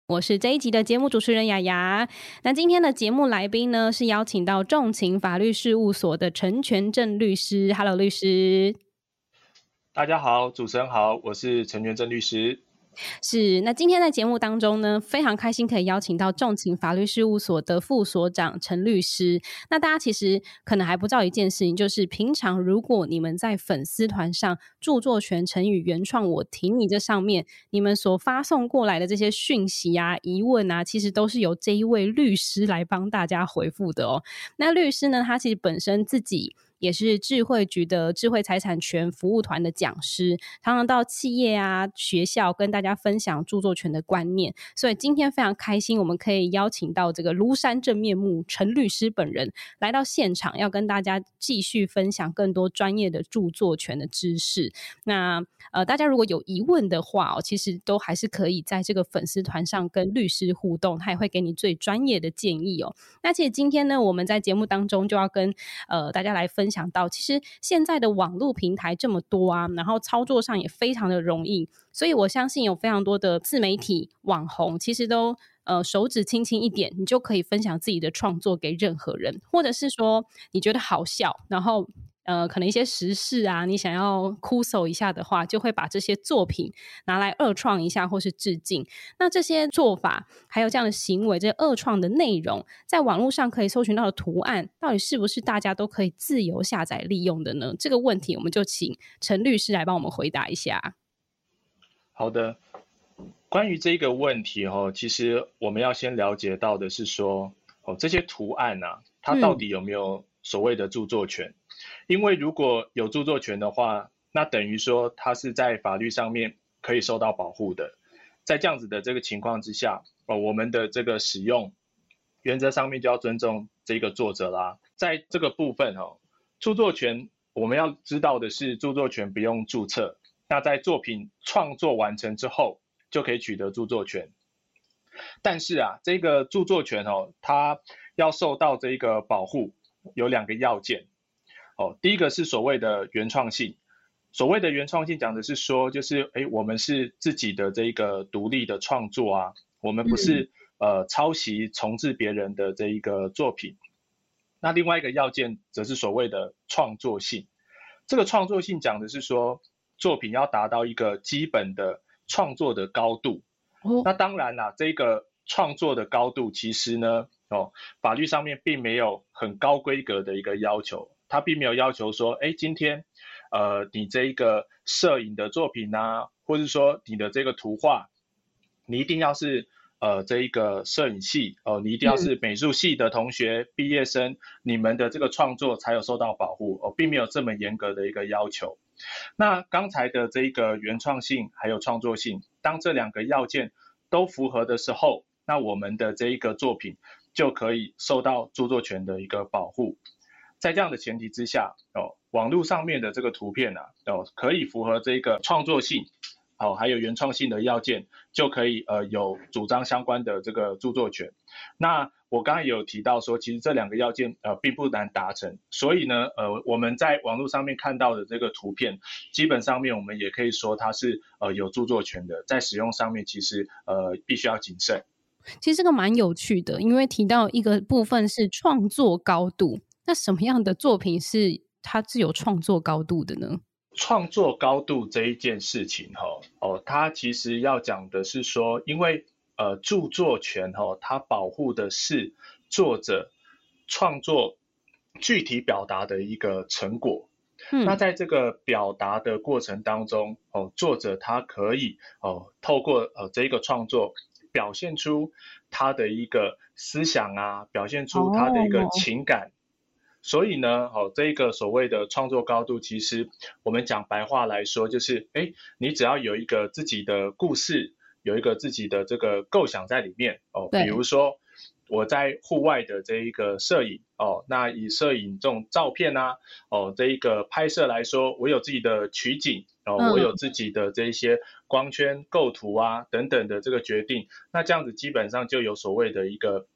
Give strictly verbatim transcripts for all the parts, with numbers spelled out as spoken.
我是这一集的节目主持人雅雅。那今天的节目来宾呢，是邀请到众勤法律事务所的陈全正律师。Hello， 律师。 大家好，主持人好，我是陈全正律师。 是，那今天在节目当中呢，非常开心可以邀请到众勤法律事务所的副所长陈律师。那大家其实可能还不知道一件事情，就是平常如果你们在粉丝团上著作权、成语原创我挺你这上面，你们所发送过来的这些讯息啊、疑问啊，其实都是由这一位律师来帮大家回复的哦。那律师呢，他其实本身自己也是智慧局的智慧财产权服务团的讲师，常常到企业啊、学校跟大家分享著作权的观念。所以今天非常开心，我们可以邀请到这个庐山真面目陈律师本人来到现场，要跟大家继续分享更多专业的著作权的知识。那呃，大家如果有疑问的话哦，其实都还是可以在这个粉丝团上跟律师互动，他也会给你最专业的建议哦。那其实今天呢，我们在节目当中就要跟呃大家来分享到，其实现在的网络平台这么多啊，然后操作上也非常的容易，所以我相信有非常多的自媒体网红，其实都呃手指轻轻一点，你就可以分享自己的创作给任何人，或者是说你觉得好笑，然后呃，可能一些时事啊，你想要哭手一下的话，就会把这些作品拿来二创一下或是致敬。那这些做法还有这样的行为，这些二创的内容，在网络上可以搜寻到的图案，到底是不是大家都可以自由下载利用的呢？这个问题我们就请陈律师来帮我们回答一下。 好的，关于这个问题哦，其实我们要先了解到的是说，哦，这些图案啊，它到底有没有所谓的著作权？嗯，因为如果有著作权的话，那等于说它是在法律上面可以受到保护的。在这样子的这个情况之下，哦，我们的这个使用原则上面就要尊重这个作者啦。在这个部分哦，著作权我们要知道的是，著作权不用注册。那在作品创作完成之后，就可以取得著作权。但是啊，这个著作权哦，它要受到这个保护，有两个要件。哦，第一个是所谓的原创性。所谓的原创性讲的是说，就是哎，我们是自己的这个独立的创作啊，我们不是、嗯、呃抄袭重制别人的这一个作品。那另外一个要件则是所谓的创作性。这个创作性讲的是说，作品要达到一个基本的创作的高度。哦，那当然啦，这个创作的高度其实呢，哦，法律上面并没有很高规格的一个要求，它并没有要求说，哎，今天，呃，你这一个摄影的作品啊，或是说你的这个图画，你一定要是呃这一个摄影系哦、呃，你一定要是美术系的同学、嗯、毕业生，你们的这个创作才有受到保护哦，并没有这么严格的一个要求。那刚才的这个原创性还有创作性，当这两个要件都符合的时候，那我们的这一个作品就可以受到著作权的一个保护。在这样的前提之下，哦，网络上面的这个图片啊，哦，可以符合这个创作性，哦，还有原创性的要件，就可以呃有主张相关的这个著作权。那我刚才也有提到说，其实这两个要件呃并不难达成，所以呢，呃我们在网络上面看到的这个图片，基本上面我们也可以说它是呃有著作权的，在使用上面其实呃必须要谨慎。 其实这个蛮有趣的，因为提到一个部分是创作高度，那什么样的作品是它是有创作高度的呢？ 创作高度这一件事情哈，哦，它其实要讲的是说，因为呃著作权哈，它保护的是作者创作具体表达的一个成果。嗯，那在这个表达的过程当中，哦，作者他可以哦透过呃这一个创作表现出他的一个思想啊，表现出他的一个情感。哦，所以呢，哦，这个所谓的创作高度，其实我们讲白话来说，就是，哎，你只要有一个自己的故事，有一个自己的这个构想在里面，哦，比如说我在户外的这一个摄影，哦，那以摄影这种照片啊，哦，这一个拍摄来说，我有自己的取景，哦，我有自己的这一些光圈、构图啊等等的这个决定，那这样子基本上就有所谓的一个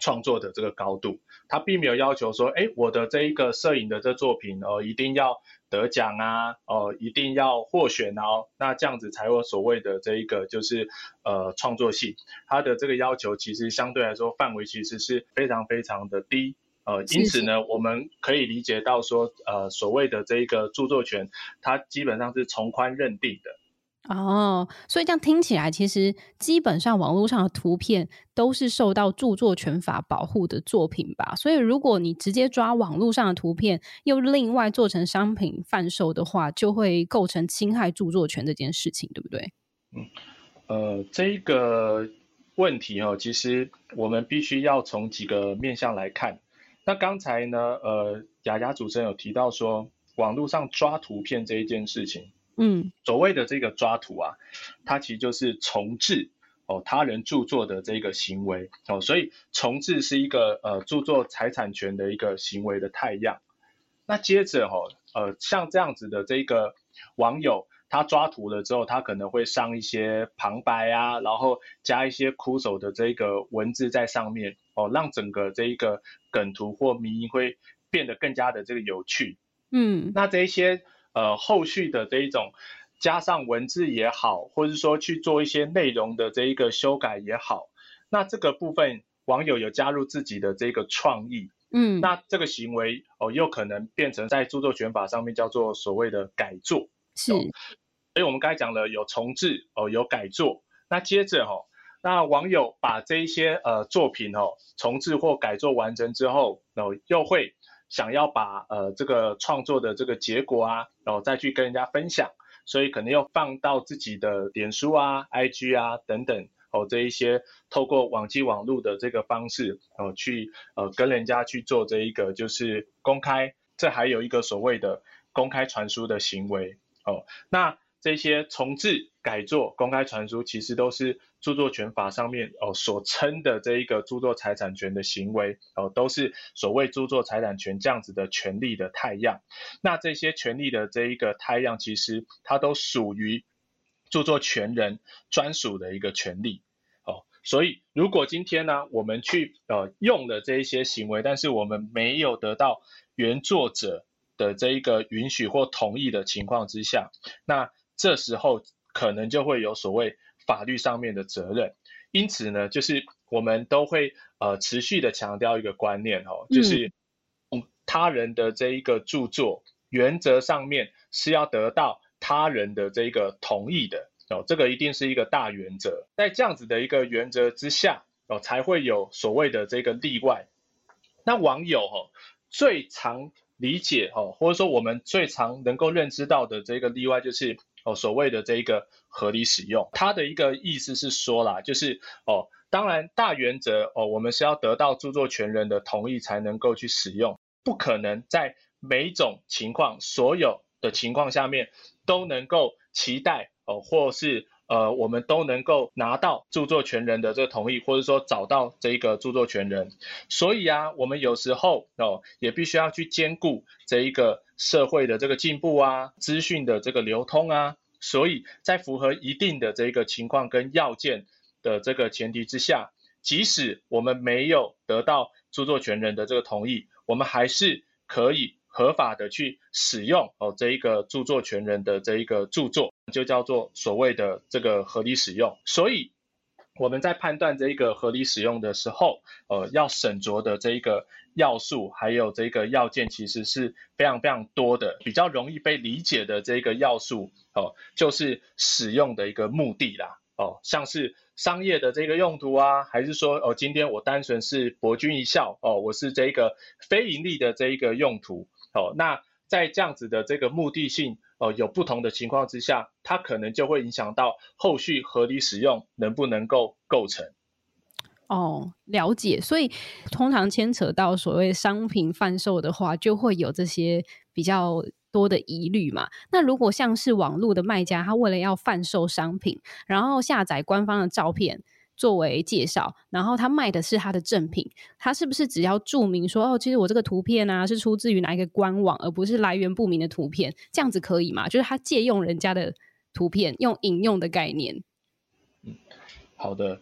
创作的这个高度，他并没有要求说，哎，我的这一个摄影的这作品哦，一定要得奖啊，哦，一定要获选哦，那这样子才有所谓的这一个就是呃创作性，他的这个要求其实相对来说范围其实是非常非常的低。呃，因此呢，我们可以理解到说，呃，所谓的这一个著作权，它基本上是从宽认定的。 哦，所以这样听起来，其实基本上网络上的图片都是受到著作权法保护的作品吧？所以如果你直接抓网络上的图片，又另外做成商品贩售的话，就会构成侵害著作权这件事情，对不对？ 嗯，呃，这个问题哦，其实我们必须要从几个面向来看。那刚才呢，呃，雅雅主持人有提到说，网络上抓图片这一件事情。嗯，所谓的这个抓图啊，它其实就是重制哦他人著作的这个行为哦，所以重制是一个呃著作财产权的一个行为的态样。那接着哦，呃像这样子的这个网友，他抓图了之后，他可能会上一些旁白啊，然后加一些枯手的这个文字在上面哦，让整个这一个梗图或迷因会变得更加的这个有趣。嗯，那这一些。呃，后续的这一种加上文字也好，或者说去做一些内容的这一个修改也好，那这个部分网友有加入自己的这个创意，嗯，那这个行为哦，又可能变成在著作权法上面叫做所谓的改作，是，哦、所以我们刚才讲了有重制哦，有改作，那接着哦，那网友把这一些呃作品哦重制或改作完成之后，哦又会。想要把呃这个创作的这个结果啊，然后再去跟人家分享，所以可能要放到自己的脸书啊、I G 啊等等哦这一些透过网际网络的这个方式哦去呃跟人家去做这一个就是公开，这还有一个所谓的公开传输的行为哦。那这些重制、改作、公开传输，其实都是著作权法上面哦所称的这一个著作财产权的行为哦，都是所谓著作财产权这样子的权利的态样。那这些权利的这一个态样，其实它都属于著作权人专属的一个权利哦。所以如果今天呢，我们去呃用了这一些行为，但是我们没有得到原作者的这一个允许或同意的情况之下，那这时候可能就会有所谓法律上面的责任。因此呢，就是我们都会呃持续的强调一个观念哦，就是他人的这一个著作，原则上面是要得到他人的这个同意的哦，这个一定是一个大原则。在这样子的一个原则之下哦，才会有所谓的这个例外。那网友哦最常理解哦，或者说我们最常能够认知到的这个例外，就是哦所谓的这一个合理使用。它的一个意思是说啦，就是哦，当然大原则哦，我们是要得到著作权人的同意才能够去使用，不可能在每种情况、所有的情况下面都能够期待哦，或是呃，我们都能够拿到著作权人的这个同意，或者说找到这个著作权人。所以啊，我们有时候哦，也必须要去兼顾这一个社会的这个进步啊，资讯的这个流通啊。所以在符合一定的这个情况跟要件的这个前提之下，即使我们没有得到著作权人的这个同意，我们还是可以合法的去使用哦这一个著作权人的这一个著作，就叫做所谓的这个合理使用。所以我们在判断这一个合理使用的时候，呃，要审酌的这一个要素还有这个要件其实是非常非常多的。比较容易被理解的这个要素哦，就是使用的一个目的啦。哦，像是商业的这个用途啊，还是说哦，今天我单纯是博君一笑哦，我是这个非盈利的这一个用途哦，那在这样子的这个目的性哦有不同的情况之下，它可能就会影响到后续合理使用能不能够构成。 哦，了解。所以通常牵扯到所谓商品贩售的话，就会有这些比较多的疑虑嘛。那如果像是网络的卖家，他为了要贩售商品，然后下载官方的照片作为介绍，然后他卖的是他的正品，他是不是只要注明说哦，其实我这个图片啊是出自于哪一个官网，而不是来源不明的图片，这样子可以吗？就是他借用人家的图片，用引用的概念。 嗯，好的。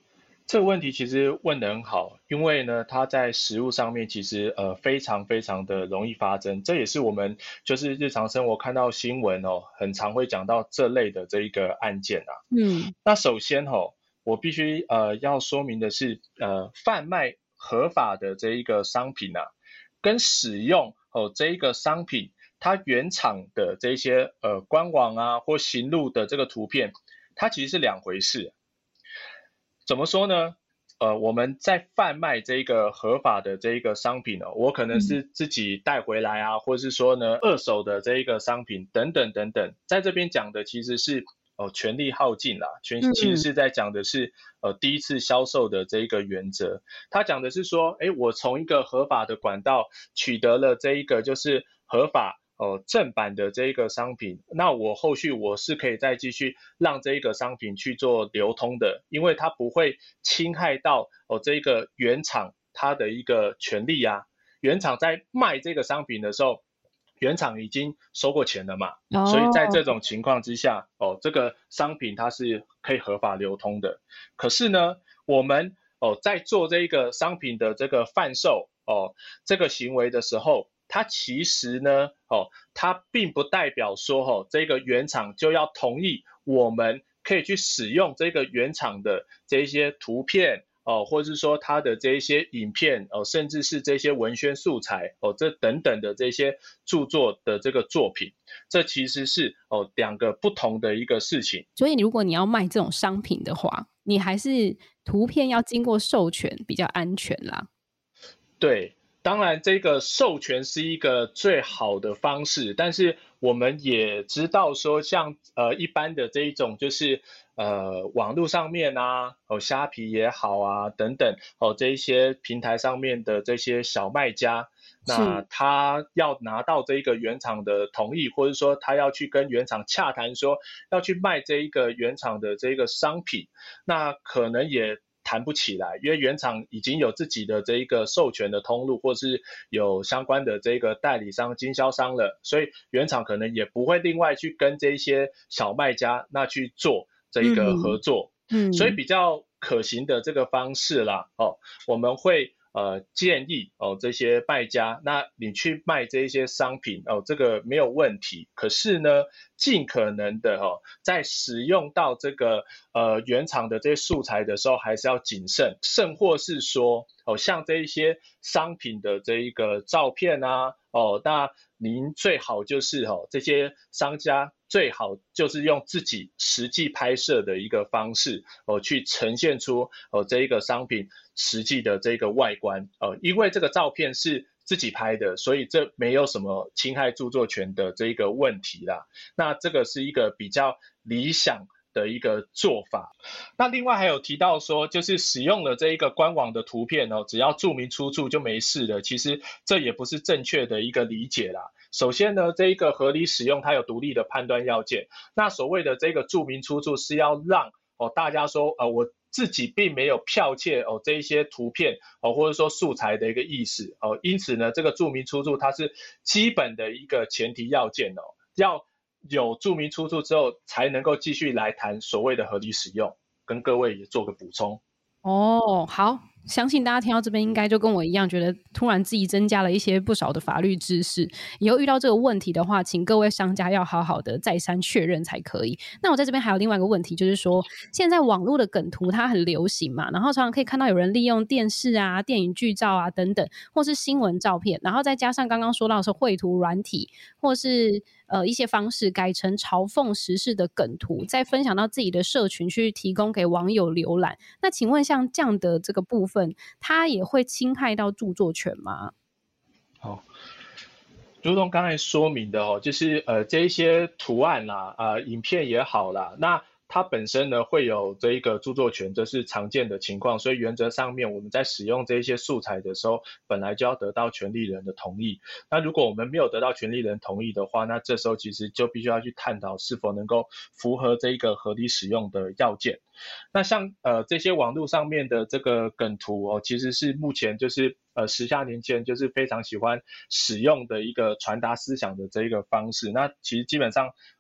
这个问题其实问得很好，因为呢，它在实务上面其实呃非常非常的容易发生，这也是我们就是日常生活看到新闻哦，很常会讲到这类的这一个案件啊。 嗯， 那首先哦，我必须呃要说明的是，呃，贩卖合法的这一个商品啊，跟使用哦这一个商品，它原厂的这些呃官网啊或行路的这个图片，它其实是两回事。怎么说呢？呃，我们在贩卖这个合法的这一个商品哦，我可能是自己带回来啊，或是说呢二手的这一个商品等等等等，在这边讲的其实是哦权利耗尽啦，全其实是在讲的是呃第一次销售的这一个原则，他讲的是说，哎，我从一个合法的管道取得了这一个就是合法。哦，正版的这一个商品，那我后续我是可以再继续让这一个商品去做流通的，因为它不会侵害到哦这个原厂它的一个权利啊。原厂在卖这个商品的时候，原厂已经收过钱了嘛， 哦， 所以在这种情况之下，哦这个商品它是可以合法流通的。可是呢，我们哦在做这一个商品的这个贩售哦这个行为的时候。它其实呢，哦，它并不代表说，哦，这个原厂就要同意我们可以去使用这个原厂的这些图片，哦，或者是说它的这些影片，哦，甚至是这些文宣素材，哦，这等等的这些著作的这个作品，这其实是哦两个不同的一个事情。 所以如果你要卖这种商品的话，你还是图片要经过授权比较安全啦。 对。当然，这个授权是一个最好的方式，但是我们也知道说像，呃一般的这一种就是呃网络上面啊，哦虾皮也好啊等等哦这一些平台上面的这些小卖家，那他要拿到这一个原厂的同意，或者说他要去跟原厂洽谈说要去卖这一个原厂的这个商品，那可能也。谈不起来，因为原厂已经有自己的这一个授权的通路，或是有相关的这个代理商、经销商了，所以原厂可能也不会另外去跟这些小卖家那去做这一个合作，嗯，所以比较可行的这个方式啦，哦，我们会。呃，建议哦，这些卖家，那你去卖这些商品哦，这个没有问题。可是呢，尽可能的哦，在使用到这个呃原厂的这些素材的时候，还是要谨慎，甚或是说哦，像这一些商品的这一个照片啊，哦，那您最好就是哦，这些商家。最好就是用自己实际拍摄的一个方式，哦，去呈现出哦这一个商品实际的这个外观，呃，因为这个照片是自己拍的，所以这没有什么侵害著作权的这一个问题啦。那这个是一个比较理想的一个做法。那另外还有提到说，就是使用了这一个官网的图片哦，只要注明出处就没事了。其实这也不是正确的一个理解啦。首先呢，这一个合理使用它有独立的判断要件。那所谓的这个注明出处是要让哦大家说，呃，我自己并没有剽窃哦这一些图片哦或者说素材的一个意思哦，因此呢，这个注明出处它是基本的一个前提要件哦，要有注明出处之后才能够继续来谈所谓的合理使用，跟各位也做个补充。 哦，好，相信大家听到这边应该就跟我一样，觉得突然自己增加了一些不少的法律知识。以后遇到这个问题的话，请各位商家要好好的再三确认才可以。那我在这边还有另外一个问题，就是说现在网络的梗图它很流行嘛，然后常常可以看到有人利用电视啊、电影剧照啊等等，或是新闻照片，然后再加上刚刚说到的是绘图软体，或是呃一些方式改成嘲讽时事的梗图，再分享到自己的社群去提供给网友浏览。那请问像这样的这个部分，它也会侵害到著作权吗？ 好，如同刚才说明的哦，就是呃这一些图案啦，啊、呃、影片也好啦，那它本身呢会有这一个著作权，这是常见的情况，所以原则上面我们在使用这一些素材的时候，本来就要得到权利人的同意。那如果我们没有得到权利人同意的话，那这时候其实就必须要去探讨是否能够符合这一个合理使用的要件。那像呃这些网络上面的这个梗图哦，其实是目前就是呃时下年轻人就是非常喜欢使用的一个传达思想的这一个方式。那其实基本上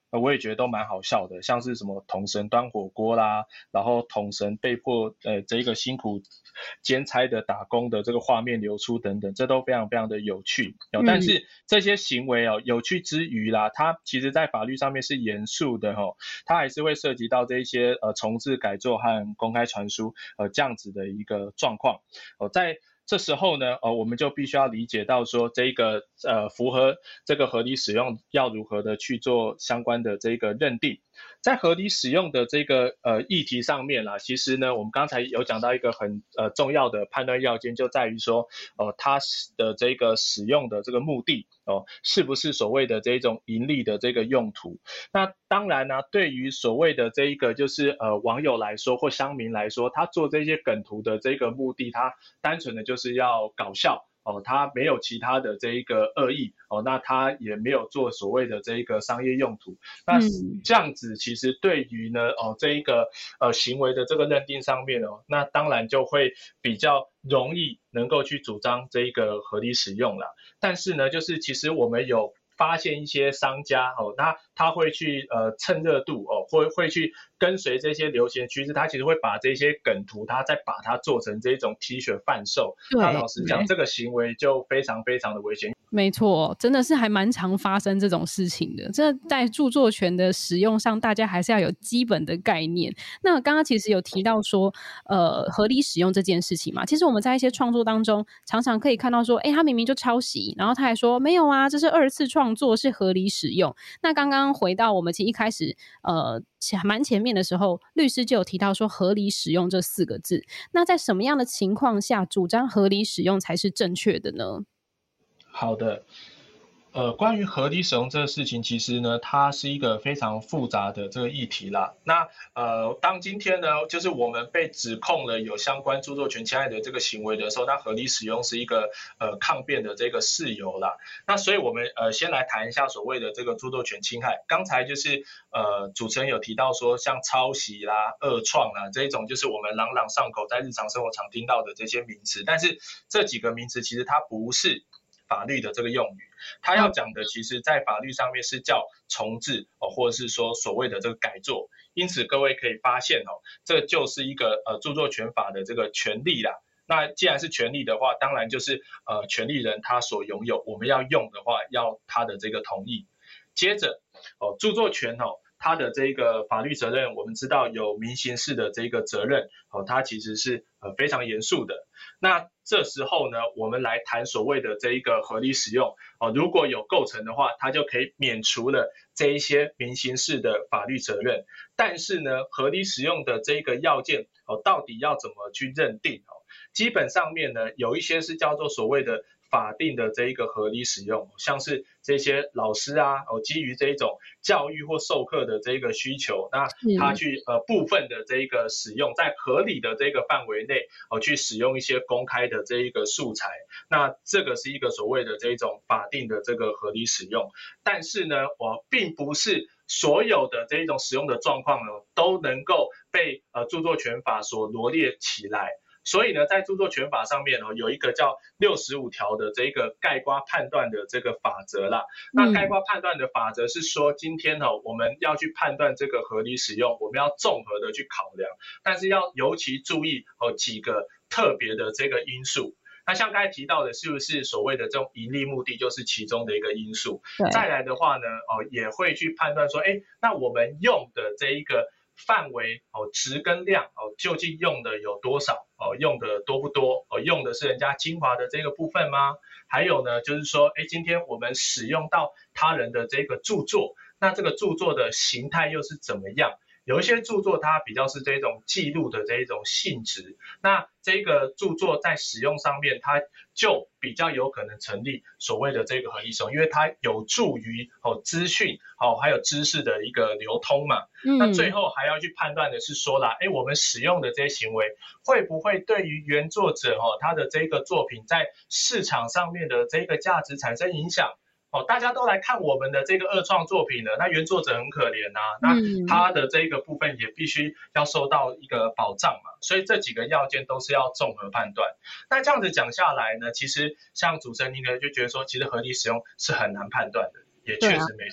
呃，我也觉得都蛮好笑的，像是什么统神端火锅啦，然后统神被迫呃这个辛苦兼差的打工的这个画面流出等等，这都非常非常的有趣。哦，但是这些行为哦，有趣之余啦，它其实在法律上面是严肃的哦，它还是会涉及到这些呃重置改作和公开传输呃这样子的一个状况。哦，在这时候呢，呃，我们就必须要理解到说，这个呃符合这个合理使用要如何的去做相关的这个认定。在合理使用的这个呃议题上面啦，其实呢，我们刚才有讲到一个很呃重要的判断要件，就在于说，呃，它的这个使用的这个目的哦、呃，是不是所谓的这种盈利的这个用途？那当然呢、啊，对于所谓的这一个就是呃网友来说或乡民来说，他做这些梗图的这个目的，他单纯的就是要搞笑。哦，他没有其他的这一个恶意哦，那他也没有做所谓的这一个商业用途。那这样子其实对于呢哦这一个呃行为的这个认定上面哦，那当然就会比较容易能够去主张这一个合理使用了。但是呢，就是其实我们有发现一些商家哦，那他会去呃趁热度哦，会会去跟随这些流行趋势，他其实会把这些梗图，他再把它做成这种 T 恤贩售。那老实讲，这个行为就非常非常的危险。 没错，真的是还蛮常发生这种事情的。这在著作权的使用上，大家还是要有基本的概念。那刚刚其实有提到说，呃，合理使用这件事情嘛，其实我们在一些创作当中，常常可以看到说，哎，他明明就抄袭，然后他还说没有啊，这是二次创作，是合理使用。那刚刚回到我们其实一开始，呃，蛮前面的时候，律师就有提到说合理使用这四个字。那在什么样的情况下主张合理使用才是正确的呢？ 好的，呃，关于合理使用这个事情，其实呢，它是一个非常复杂的这个议题啦。那呃，当今天呢，就是我们被指控了有相关著作权侵害的这个行为的时候，那合理使用是一个呃抗辩的这个事由啦。那所以我们呃先来谈一下所谓的这个著作权侵害。刚才就是呃主持人有提到说，像抄袭啦、恶创啦这一种，就是我们朗朗上口，在日常生活常听到的这些名词。但是这几个名词其实它不是法律的这个用语，他要讲的其实在法律上面是叫重置哦，或者是说所谓的这个改作。因此各位可以发现哦，这就是一个呃著作权法的这个权利啦。那既然是权利的话，当然就是呃权利人他所拥有，我们要用的话要他的这个同意。接着哦，著作权哦，它的这个法律责任，我们知道有民刑事的这个责任哦，它其实是呃非常严肃的。那这时候呢，我们来谈所谓的这一个合理使用哦，如果有构成的话，它就可以免除了这一些民刑事的法律责任。但是呢，合理使用的这一个要件哦，到底要怎么去认定哦？基本上面呢，有一些是叫做所谓的法定的这一个合理使用，像是这些老师啊，哦，基于这一种教育或授课的这一个需求，那他去呃部分的这一个使用，在合理的这个范围内，哦，去使用一些公开的这一个素材，那这个是一个所谓的这一种法定的这个合理使用。但是呢，我并不是所有的这一种使用的状况呢，都能够被呃著作权法所罗列起来。所以呢，在著作权法上面哦，有一个叫六十五条的这个概括判断的这个法则啦。那概括判断的法则是说，今天哦，我们要去判断这个合理使用，我们要综合的去考量，但是要尤其注意哦几个特别的这个因素。那像刚才提到的，是不是所谓的这种盈利目的就是其中的一个因素？再来的话呢，哦，也会去判断说，哎，那我们用的这一个范围哦，值跟量哦，究竟用的有多少哦？用的多不多哦？用的是人家精华的这个部分吗？还有呢，就是说，哎，今天我们使用到他人的这个著作，那这个著作的形态又是怎么样？有一些著作它比较是这种记录的这一种性质，那这个著作在使用上面，它就比较有可能成立所谓的这个合理使用，因为它有助于哦资讯哦还有知识的一个流通嘛。嗯、那最后还要去判断的是说啦，哎，我们使用的这些行为会不会对于原作者哦他的这个作品在市场上面的这个价值产生影响？哦，大家都来看我们的这个二创作品了，那原作者很可怜啊，那他的这个部分也必须要受到一个保障嘛，所以这几个要件都是要综合判断。那这样子讲下来呢，其实像主持人您呢就觉得说，其实合理使用是很难判断的，也确实没错。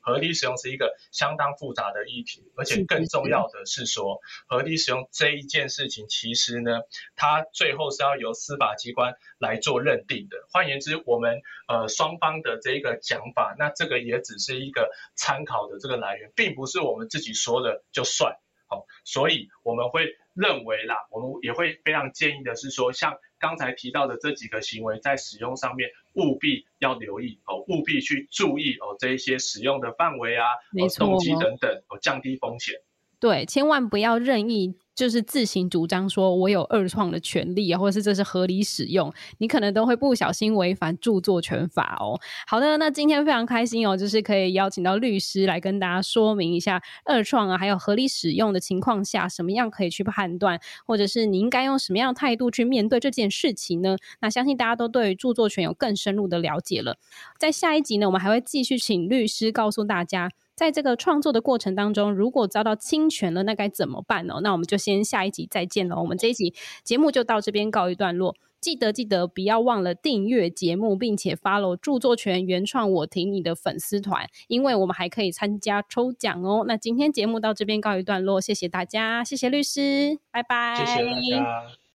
合理使用是一个相当复杂的议题，而且更重要的是说，合理使用这一件事情，其实呢，它最后是要由司法机关来做认定的。换言之，我们呃双方的这个讲法，那这个也只是一个参考的这个来源，并不是我们自己说了就算。好，所以我们会认为啦，我们也会非常建议的是说，像刚才提到的这几个行为，在使用上面务必要留意哦，务必去注意哦，这一些使用的范围啊、 没错， 动机等等，哦，降低风险。 对，千万不要任意就是自行主张说我有二创的权利啊，或者是这是合理使用，你可能都会不小心违反著作权法哦。好的，那今天非常开心哦，就是可以邀请到律师来跟大家说明一下二创啊，还有合理使用的情况下，什么样可以去判断，或者是你应该用什么样的态度去面对这件事情呢？那相信大家都对于著作权有更深入的了解了。在下一集呢，我们还会继续请律师告诉大家，在这个创作的过程当中，如果遭到侵权了，那该怎么办呢？那我们就先下一集再见了。我们这一集节目就到这边告一段落。记得记得不要忘了订阅节目，并且 follow 著作权原创我挺你的粉丝团，因为我们还可以参加抽奖哦。那今天节目到这边告一段落，谢谢大家，谢谢律师，拜拜。 谢谢大家。